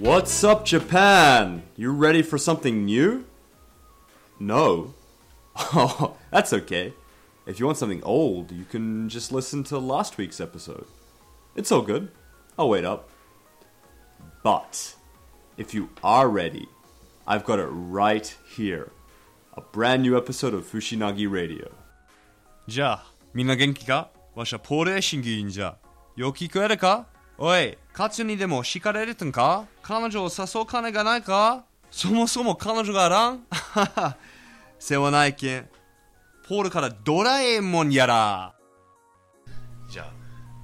What's up, Japan? You ready for something new? No. Oh, that's okay. If you want something old, you can just listen to last week's episode. It's all good. I'll wait up. But if you are ready, I've got it right here. A brand new episode of Fushinagi Radio. じゃあ、みんな元気か？わしはポール・エシンギンじゃ。よく聞こえるか？おい、カツにでも惹かれるんか？彼女を誘う金がないか？そもそも彼女があらん？世話ないけん。ポールからドラえもんやら。じゃあ、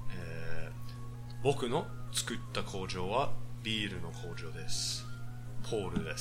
僕の作った工場はビールの工場です。ポールです。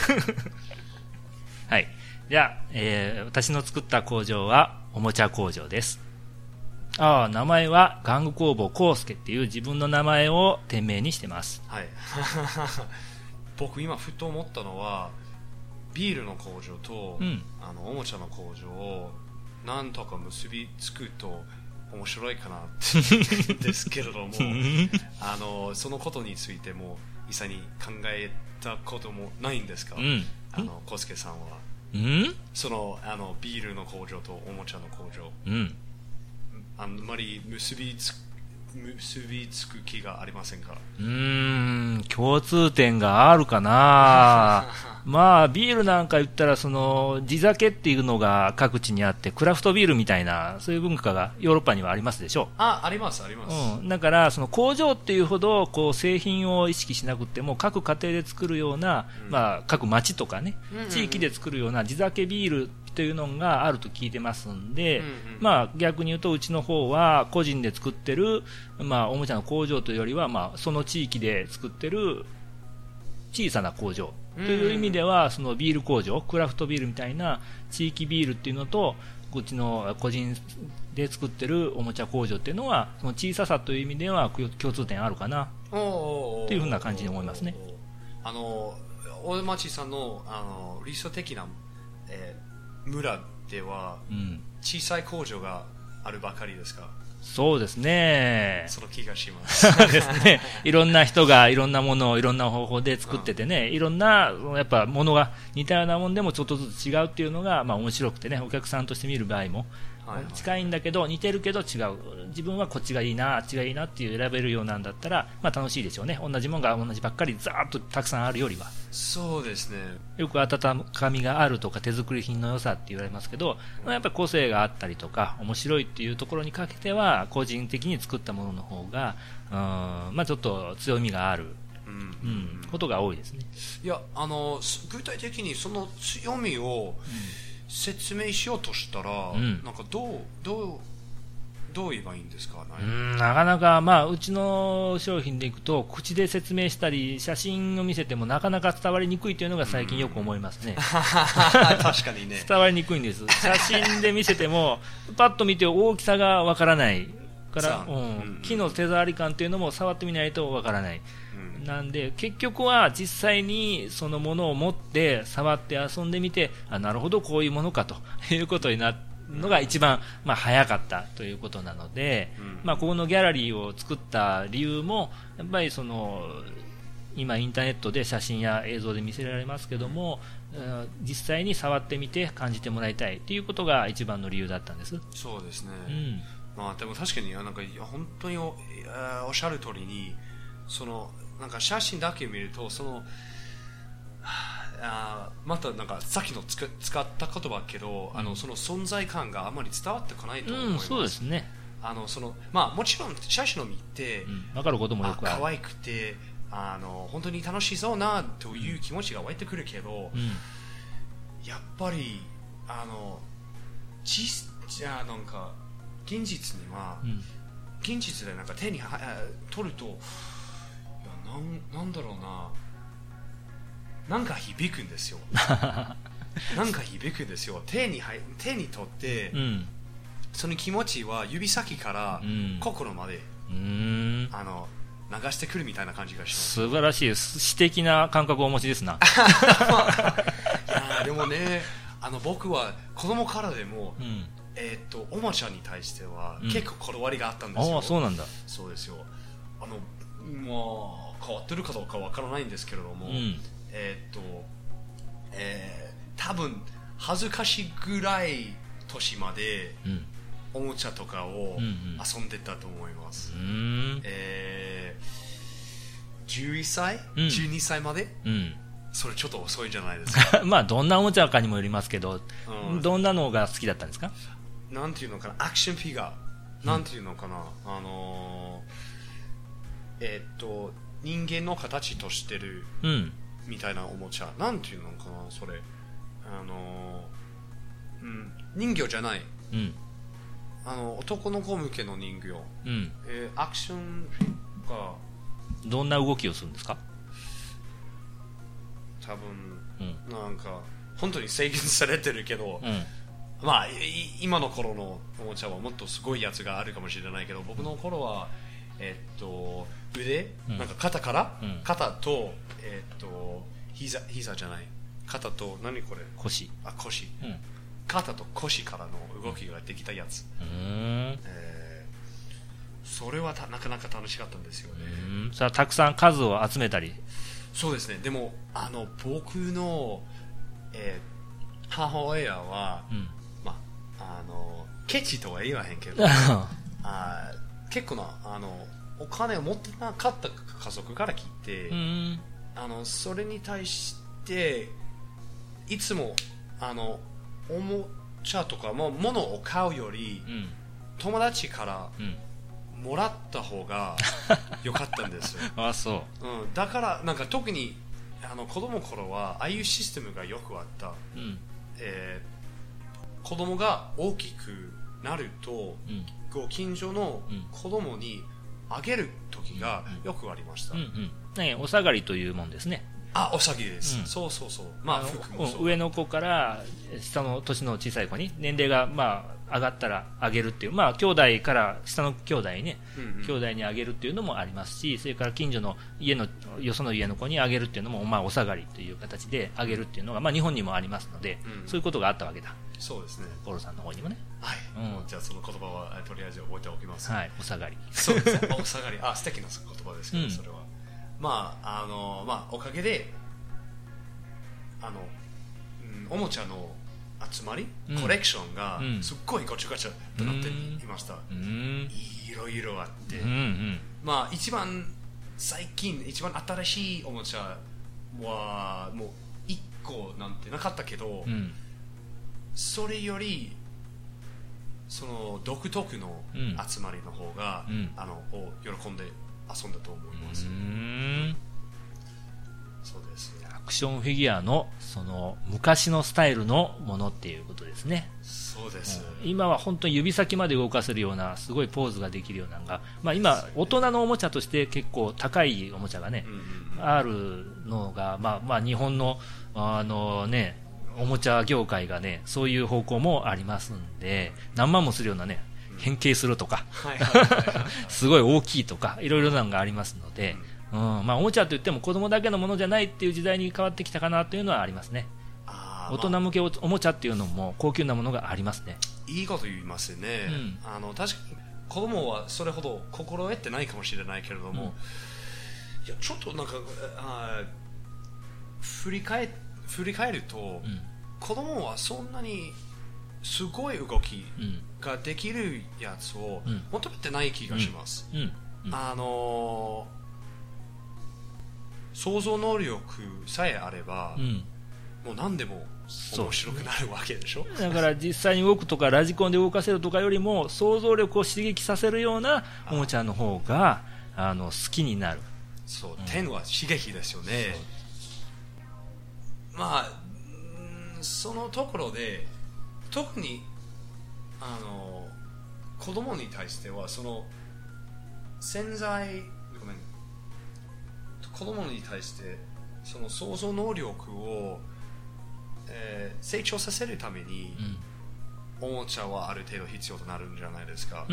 はい。じゃあ、私の作った工場はおもちゃ工場です。名前は玩具工房コウスケっていう自分の名前を店名にしてます。 はい。僕今ふと思ったのは、ビールの工場と、おもちゃの工場をなんとか結びつくと面白いかなってですけれども、そのことについても一切に考えたこともないんですか？コウスケさんは。そのビールの工場とおもちゃの工場。あんまり結びつく気がありませんか？ 共通点があるかな。まあビールなんか言ったらその地酒っていうのが各地にあって、クラフトビールみたいなそういう文化がヨーロッパにはありますでしょ。 あります。 だからその工場っていうほどこう製品を意識しなくても、各家庭で作るような、各町とかね、地域で作るような地酒ビールというのがあると聞いてますんで、逆に言うとうちの方は個人で作ってる、おもちゃの工場というよりは、その地域で作ってる小さな工場という意味では、そのビール工場、クラフトビールみたいな地域ビールっていうのと、こっちの個人で作ってるおもちゃ工場っていうのは、その小ささという意味では共通点あるかなというふうな感じに思いますね。 大町さんの理想的な、村では小さい工場があるばかりですか？ そうですね。 その気がします。 そうですね。いろんな人がいろんなものをいろんな方法で作っててね、いろんなやっぱものが似たようなもんでもちょっとずつ違うっていうのが面白くてね、お客さんとして見る場合も近いんだけど似てるけど違う。自分はこっちがいいな、あっちがいいなっていう選べるようなんだったら楽しいでしょうね。同じものが同じばっかりザーッとたくさんあるよりは。 そうですね。 よく温かみがあるとか手作り品の良さって言われますけど、やっぱり個性があったりとか面白いっていうところにかけては個人的に作ったものの方がちょっと強みがあることが多いですね。 いや具体的にその強みを説明しようとしたら、なんかどう言えばいいんですかね。 なかなかうちの商品でいくと口で説明したり写真を見せてもなかなか伝わりにくいというのが最近よく思いますね。 確かにね。 伝わりにくいんです。写真で見せてもパッと見て大きさがわからないから、木の手触り感というのも触ってみないとわからない。なんで結局は実際にそのものを持って触って遊んでみて、なるほどこういうものかということになるのが一番早かったということなので、ここのギャラリーを作った理由もやっぱりその今インターネットで写真や映像で見せられますけども、実際に触ってみて感じてもらいたいということが一番の理由だったんです。 そうですね。でも確かになんか本当におっしゃる通りに、そのなんか写真だけ見るとそのまたなんかさっきの使った言葉けど、その存在感があまり伝わってこないと思います。 そうですね。 もちろん写真を見て、 分かることもよくある。 可愛くて本当に楽しそうなという気持ちが湧いてくるけど、やっぱりなんか現実には、現実でなんか手に取るとなんだろうな、なんか響くんですよ。なんか響くんですよ。手に取って、その気持ちは指先から心まで、流してくるみたいな感じがします。 素晴らしい。詩的な感覚をお持ちですな。 でもね、僕は子供からでも、おもちゃに対しては結構こだわりがあったんですよ。 そうなんだ。 そうですよ。 変わってるかどうかわからないんですけれども、多分恥ずかしいぐらい年までおもちゃとかを遊んでたと思います、11歳、12歳まで、それちょっと遅いじゃないですかまあどんなおもちゃかにもよりますけど、どんなのが好きだったんですか？ なんていうのかな、アクションフィギュア、なんていうのかな、人間の形としてるみたいなおもちゃ、なんていうのかな、それ、人形じゃない、男の子向けの人形、アクションがどんな動きをするんですか？ 多分、なんか本当に制限されてるけど、まあ今の頃のおもちゃはもっとすごいやつがあるかもしれないけど、僕の頃は腕、なんか肩から、肩と膝じゃない、肩と何これ、 腰、 肩と腰からの動きができたやつ、それはなかなか楽しかったんですよね。 さあたくさん数を集めたり。 そうですね。でも僕の、母親は、ケチとは言わへんけど結構なお金を持ってなかった家族から聞いて、それに対していつもおもちゃとかも物を買うより、友達からもらった方が良かったんですよあ、そう、 だからなんか特に子供の頃はああいうシステムがよくあった、子供が大きくなると、ご近所の子供にあげる時がよくありました、 お下がりというもんですね。 お下がりです、そうそうそう、まあ服もそう、 上の子から下の年の小さい子に年齢が上がったらあげるっていう、兄弟から下の兄弟にね、兄弟にあげるっていうのもありますし、それから近所のよその家の子にあげるっていうのも、お下がりという形であげるっていうのが、日本にもありますので、そういうことがあったわけだ。 そうですね。 ポロさんの方にもね。 はい。じゃあその言葉はとりあえず覚えておきます。 はい。お下がり。 そうですね。お下がり。素敵な言葉ですけど、それは。おかげでおもちゃの集まり、コレクションがすっごいごちゃごちゃとなっていました。いろいろあって、一番最近一番新しいおもちゃはもう1個なんてなかったけど、それよりその独特の集まりの方が、を喜んで遊んだと思います。そうですね。 アクションフィギュアのその昔のスタイルのものっていうことですね。 そうです。 今は本当に指先まで動かせるようなすごいポーズができるようなのが、今大人のおもちゃとして結構高いおもちゃがね、あるのが、日本のおもちゃ業界がね、そういう方向もありますんで、何万もするようなね、変形するとか、すごい大きいとか、いろいろなのがありますので、おもちゃといっても子供だけのものじゃないっていう時代に変わってきたかなというのはありますね。大人向けおもちゃっていうのも高級なものがありますね。 いいこと言いますね。確かに子供はそれほど心得てないかもしれないけれども、いやちょっとなんか振り返ると、子供はそんなにすごい動きができるやつを求めてない気がします。想像能力さえあれば、もう何でも面白くなるわけでしょ。 だから実際に動くとかラジコンで動かせるとかよりも想像力を刺激させるようなおもちゃの方が好きになる。 そう、天は刺激ですよね。そのところで特に子供に対してはその子供に対してその想像能力を、成長させるために、おもちゃはある程度必要となるんじゃないですか。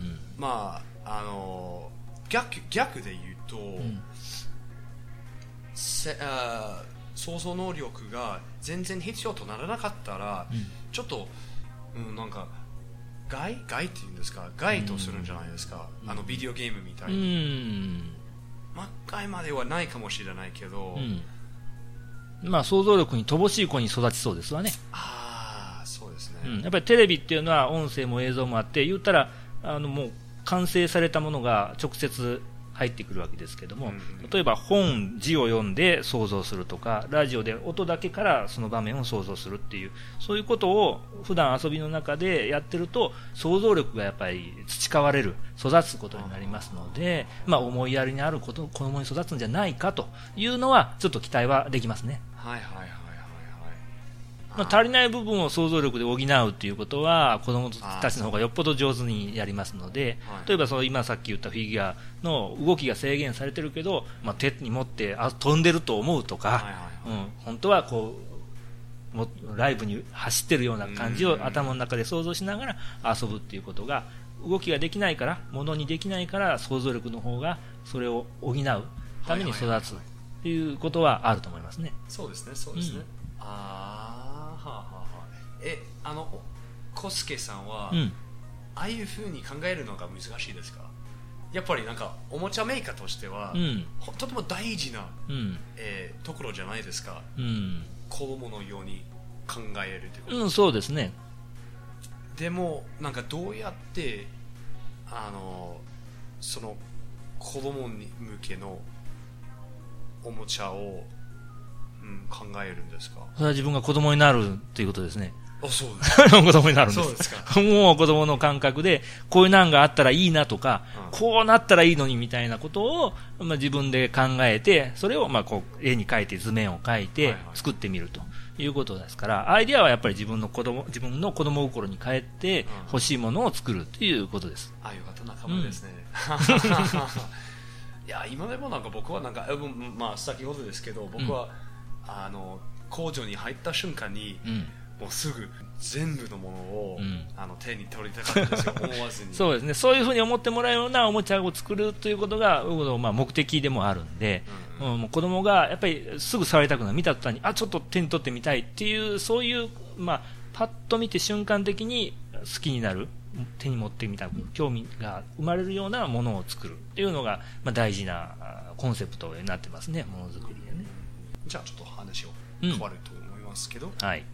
逆で言うと、想像能力が全然必要とならなかったら、ちょっと、なんか害っていうんですか、害とするんじゃないですか、ビデオゲームみたいに。 魔界まではないかもしれないけど、 まあ想像力に乏しい子に育ちそうですわね。 そうですね、 やっぱりテレビっていうのは音声も映像もあって、言ったらもう完成されたものが直接入ってくるわけですけども、例えば字を読んで想像するとか、ラジオで音だけからその場面を想像するっていう、そういうことを普段遊びの中でやってると、想像力がやっぱり培われる、育つことになりますので、まあ思いやりにある子供に育つんじゃないかというのはちょっと期待はできますね。まあ、足りない部分を想像力で補うっていうことは子供たちの方がよっぽど上手にやりますので、例えば今さっき言ったフィギュアの動きが制限されてるけど、まあ、手に持って飛んでると思うとか、本当はこうライブに走ってるような感じを頭の中で想像しながら遊ぶっていうことが、動きができないから、ものにできないから想像力の方がそれを補うために育つっていうことはあると思いますね。 そうですね、そうですね。小助さんは、ああいう風に考えるのが難しいですか？やっぱりなんかおもちゃメーカーとしては、とても大事な、ところじゃないですか、子供のように考えるということ、 そうですね。 でもなんかどうやってその子供に向けのおもちゃを、考えるんですか？ それは自分が子供になるということですね。 そうです子供になるんです。 そうですか。 もう子供の感覚でこういうなんがあったらいいなとか、こうなったらいいのにみたいなことを、自分で考えて、それをこう絵に描いて図面を描いて作ってみるということですから、アイデアはやっぱり自分の子供心に帰って欲しいものを作るということです。 よかった仲間ですね。いや今でもなんか僕はなんか、先ほどですけど、僕は、工場に入った瞬間に、もうすぐ全部のものを、手に取りたかったんですよ、思わずに。 そうですね。そういうふうに思ってもらうようなおもちゃを作るということが、目的でもあるんで、もう子供がやっぱりすぐ触りたくなる、見た途端にちょっと手に取ってみたいっていう、そういう、パッと見て瞬間的に好きになる、手に持ってみたく興味が生まれるようなものを作るっていうのが、大事なコンセプトになってますね、ものづくりでね。 じゃあちょっと話を変わると思いますけど、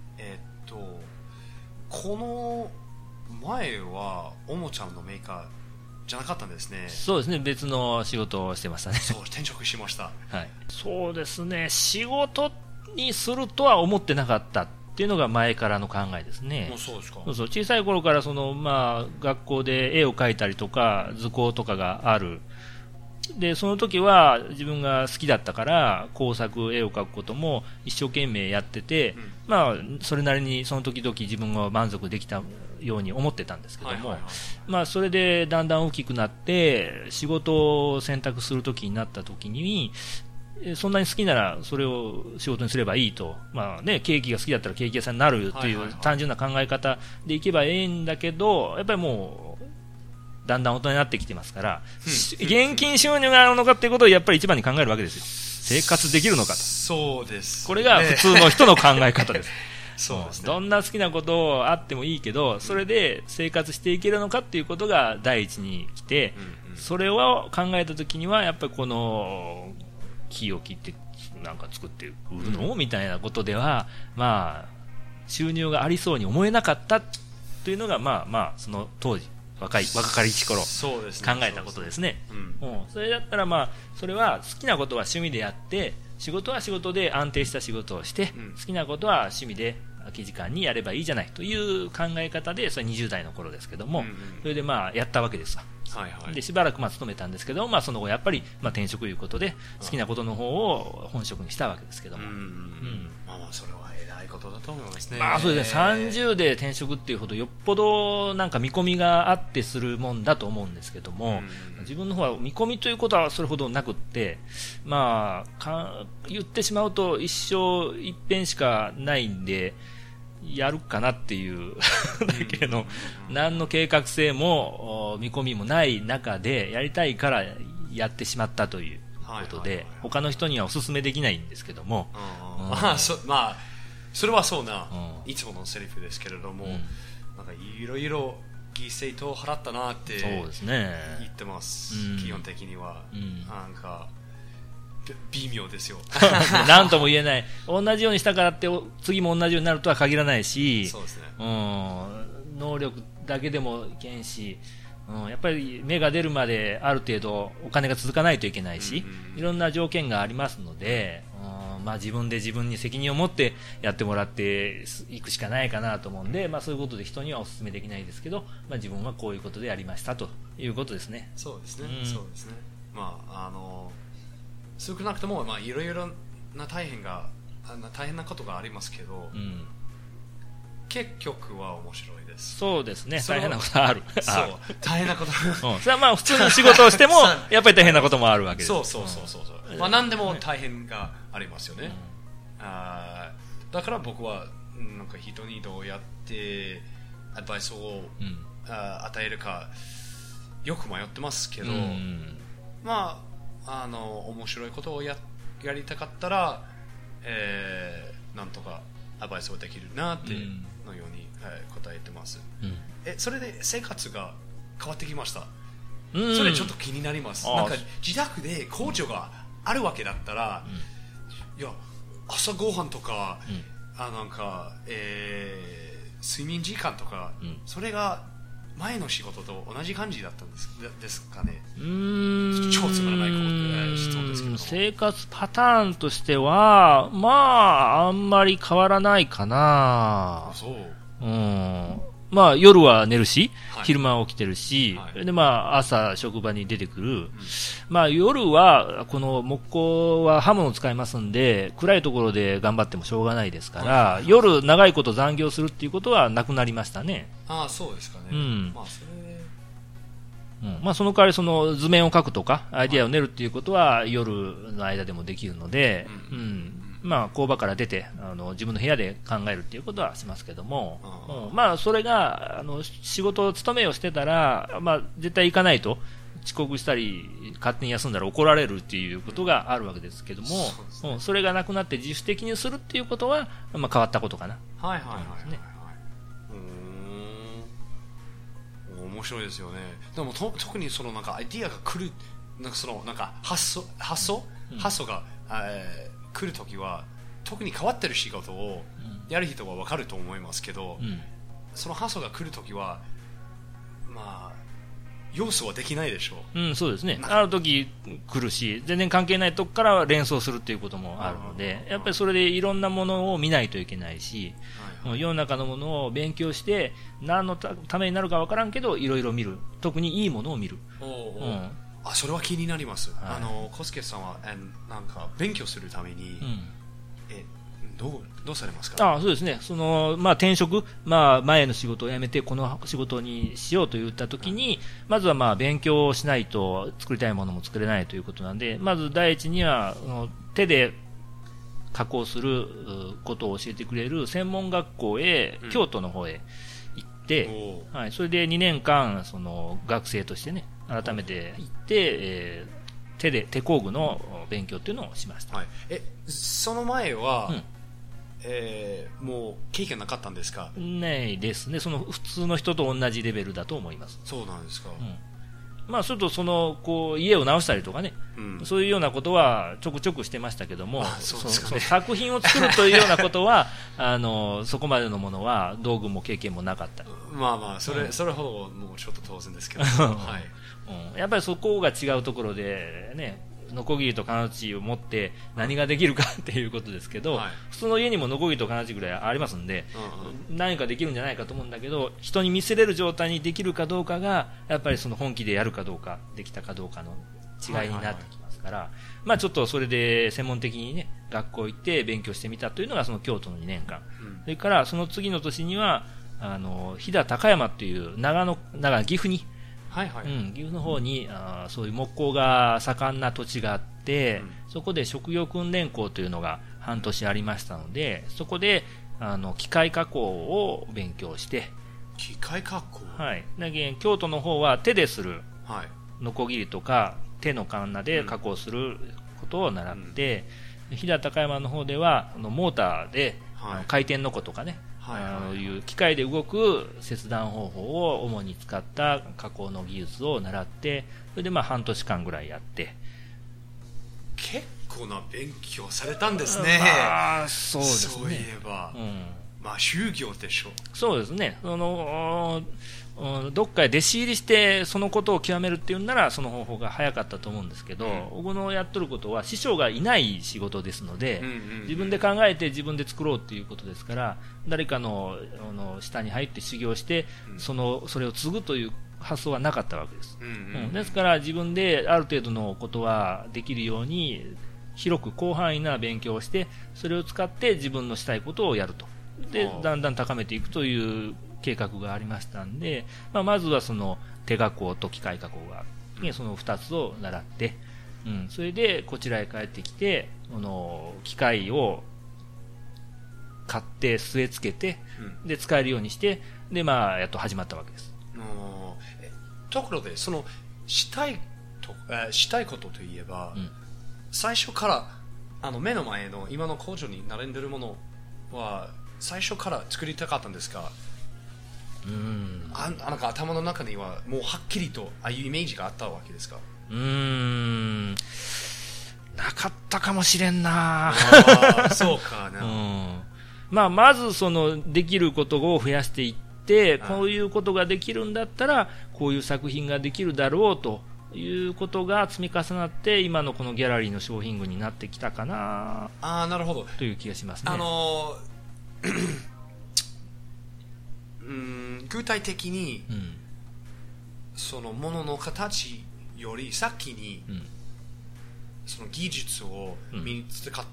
この前はおもちゃのメーカーじゃなかったんですね。 そうですね、別の仕事をしてましたね。 そう、転職しました。 そうですね、仕事にするとは思ってなかったっていうのが前からの考えですね。 そうですか。 小さい頃から学校で絵を描いたりとか図工とかがある。でその時は自分が好きだったから工作、絵を描くことも一生懸命やってて、それなりにその時々自分が満足できたように思ってたんですけども、それでだんだん大きくなって仕事を選択する時になった時に、そんなに好きならそれを仕事にすればいいと、ケーキが好きだったらケーキ屋さんになるという単純な考え方でいけばいいんだけど、やっぱりもうだんだん大人になってきてますから、現金収入があるのかということをやっぱり一番に考えるわけですよ。生活できるのかと。 そうですね。 これが普通の人の考え方です。 そうですね。 どんな好きなことあってもいいけど、それで生活していけるのかっていうことが第一に来て、それを考えたときにはやっぱりこの木を切ってなんか作って売るのみたいなことでは、収入がありそうに思えなかったというのがその当時若かりし頃考えたことですね。それだったらそれは好きなことは趣味でやって、仕事は仕事で安定した仕事をして、好きなことは趣味で空き時間にやればいいじゃないという考え方で、それは20代の頃ですけども、それでやったわけですわ。でしばらく勤めたんですけど、その後やっぱり転職ということで好きなことの方を本職にしたわけですけども、 それは偉いことだと思いますね。 そうですね。30で転職っていうほどよっぽどなんか見込みがあってするもんだと思うんですけども、自分の方は見込みということはそれほどなくって、言ってしまうと一生一遍しかないんでやるかなっていうだけの、何の計画性も見込みもない中でやりたいからやってしまったということで、他の人にはお勧めできないんですけども、 それはそうな、いつものセリフですけれども、なんかいろいろ犠牲と払ったなって言ってます。基本的にはなんか微妙ですよ。 なんとも言えない。同じようにしたからって次も同じようになるとは限らないし、 そうですね。 能力だけでもいけんし、やっぱり芽が出るまである程度お金が続かないといけないし、いろんな条件がありますので、まあ、自分で自分に責任を持ってやってもらっていくしかないかなと思うんで、まあ、そういうことで人にはお勧めできないですけど、まあ、自分はこういうことでやりましたということですね。 そうですね、そうですね。まあ少なくとも、まあ、いろいろな大変なことがありますけど、結局は面白いです。 そうですね、大変なことある。 そう、大変なこと。 それはまあ普通の仕事をしてもやっぱり大変なこともあるわけです。 そう。まあ何でも大変がありますよね。だから僕はなんか人にどうやってアドバイスを、与えるかよく迷ってますけど、まあ面白いことをやりたかったら、なんとかアドバイスをできるなってのように、答えてます。それで生活が変わってきました。それちょっと気になります。なんか自宅で工場があるわけだったら、いや朝ごはんとか、なんか、睡眠時間とか、それが前の仕事と同じ感じだったんですかね。超つまらない質問ですけど、 生活パターンとしてはまああんまり変わらないかな。 そう。 まあ夜は寝るし、昼間は起きてるし、でまあ朝職場に出てくる。まあ夜はこの木工は刃物を使いますんで、暗いところで頑張ってもしょうがないですから、夜長いこと残業するっていうことはなくなりましたね。 そうですかね。まあそれ。 まあその代わりその図面を描くとかアイディアを練るっていうことは夜の間でもできるので、まあ工場から出て自分の部屋で考えるっていうことはしますけども、まあそれが仕事勤めをしてたら、まあ絶対行かないと遅刻したり勝手に休んだら怒られるっていうことがあるわけですけども、それがなくなって自主的にするっていうことは、まあ変わったことかな。 面白いですよね。でも特にそのなんかアイディアが来る、なんかそのなんか発想が、来るときは特に変わってる仕事をやる人は分かると思いますけど、その発想が来るときはまあ要素はできないでしょう。 そうですね。あるとき来るし、全然関係ないとこから連想するっていうこともあるので、やっぱりそれでいろんなものを見ないといけないし、世の中のものを勉強して何のためになるか分からんけどいろいろ見る。特にいいものを見る。 それは気になります。小助さんはなんか勉強するために、どうされますか？ そうですね。まあ転職、まあ前の仕事を辞めてこの仕事にしようと言ったときに、まずはまあ勉強をしないと作りたいものも作れないということなんで、まず第一には手で加工することを教えてくれる専門学校へ、京都の方へ行って、それで2年間学生としてね改めて行って、手工具の勉強っていうのをしました。 その前は、もう経験なかったんですか？ ないですね。普通の人と同じレベルだと思います。 そうなんですか。 まあそれとこう家を直したりとかね、そういうようなことはちょくちょくしてましたけども、作品を作るというようなことはそこまでのものは道具も経験もなかった。 まあそれほどもうちょっと当然ですけど、 やっぱりそこが違うところでね、ノコギリと金槌を持って何ができるかっていうことですけど、普通の家にもノコギリと金槌ぐらいありますんで、何かできるんじゃないかと思うんだけど、人に見せれる状態にできるかどうかがやっぱり本気でやるかどうか、できたかどうかの違いになってきますから、まあちょっとそれで専門的にね学校行って勉強してみたというのがその京都の2年間、それからその次の年には飛騨高山っていう岐阜に岐阜の方にそういう木工が盛んな土地があって、そこで職業訓練校というのが半年ありましたので、そこで機械加工を勉強して。 機械加工、 だけど京都の方は手でする、ノコギリとか手のカンナで加工することを習って、飛騨高山の方ではモーターで、回転ノコとかね、いう機械で動く切断方法を主に使った加工の技術を習って、それでまあ半年間ぐらいやって。 結構構な勉強されたんですね。 そうですね。 そういえば、修行でしょう。 そうですね。どっかへ弟子入りしてそのことを極めるっていうんならその方法が早かったと思うんですけど、僕のやっとることは師匠がいない仕事ですので、自分で考えて自分で作ろうっていうことですから、誰かの下に入って修行して、それを継ぐという発想はなかったわけです。ですから自分である程度のことはできるように広く広範囲な勉強をして、それを使って自分のしたいことをやると。でだんだん高めていくという計画がありましたんで、まずはその手加工と機械加工があって、その2つを習って、それでこちらへ帰ってきて機械を買って据え付けて、で使えるようにして、でやっと始まったわけです。 ところでそのしたいことといえば、最初から目の前の今の工場に並んでいるものは最初から作りたかったんですか？なんか頭の中にはもうはっきりとああいうイメージがあったわけですか？ なかったかもしれんな。 そうかな。 まずできることを増やしていって、こういうことができるんだったらこういう作品ができるだろうということが積み重なって今のこのギャラリーの商品群になってきたかな。 なるほどという気がしますね。 具体的に、そのものの形より先に、その技術を身につか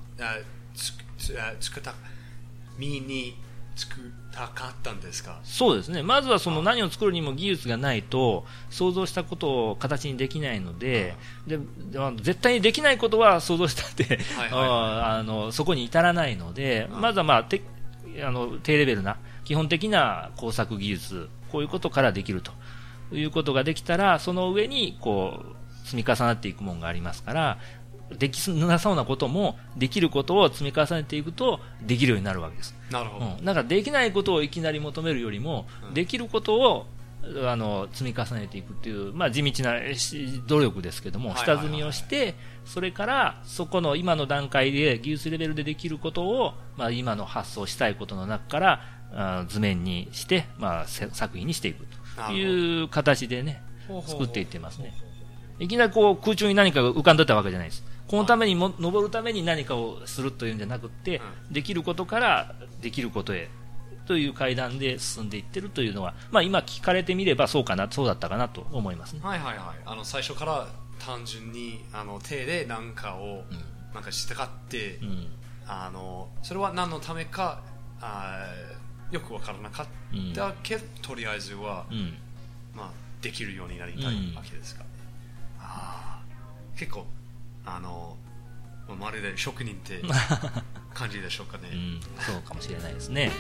ったんですか？ そうですね。まずは何を作るにも技術がないと想像したことを形にできないので、絶対にできないことは想像したってそこに至らないので、まずは低レベルな基本的な工作技術、こういうことからできるということができたら、その上に積み重なっていくものがありますから、できなそうなこともできることを積み重ねていくとできるようになるわけです。 なるほど。 だからできないことをいきなり求めるよりも、できることを積み重ねていくっていう、地道な努力ですけども、下積みをして、それからそこの今の段階で技術レベルでできることを、今の発想したいことの中から図面にして、作品にしていくという形でね、作っていってますね。いきなり空中に何かが浮かんでたわけじゃないです。このために登るために何かをするというんじゃなくて、できることからできることへという階段で進んでいってるというのは、今聞かれてみればそうだったかなと思いますね。 最初から単純に手で何かをしたかって、それは何のためかよく分からなかったけど、とりあえずは、できるようになりたいわけですか？結構まるで職人って感じでしょうかね。 そうかもしれないですね。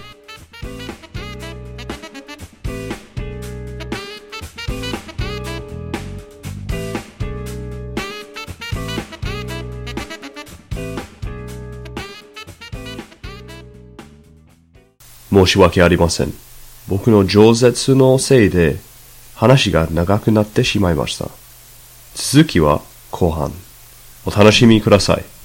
申し訳ありません。僕の饒舌のせいで話が長くなってしまいました。続きは後半お楽しみください。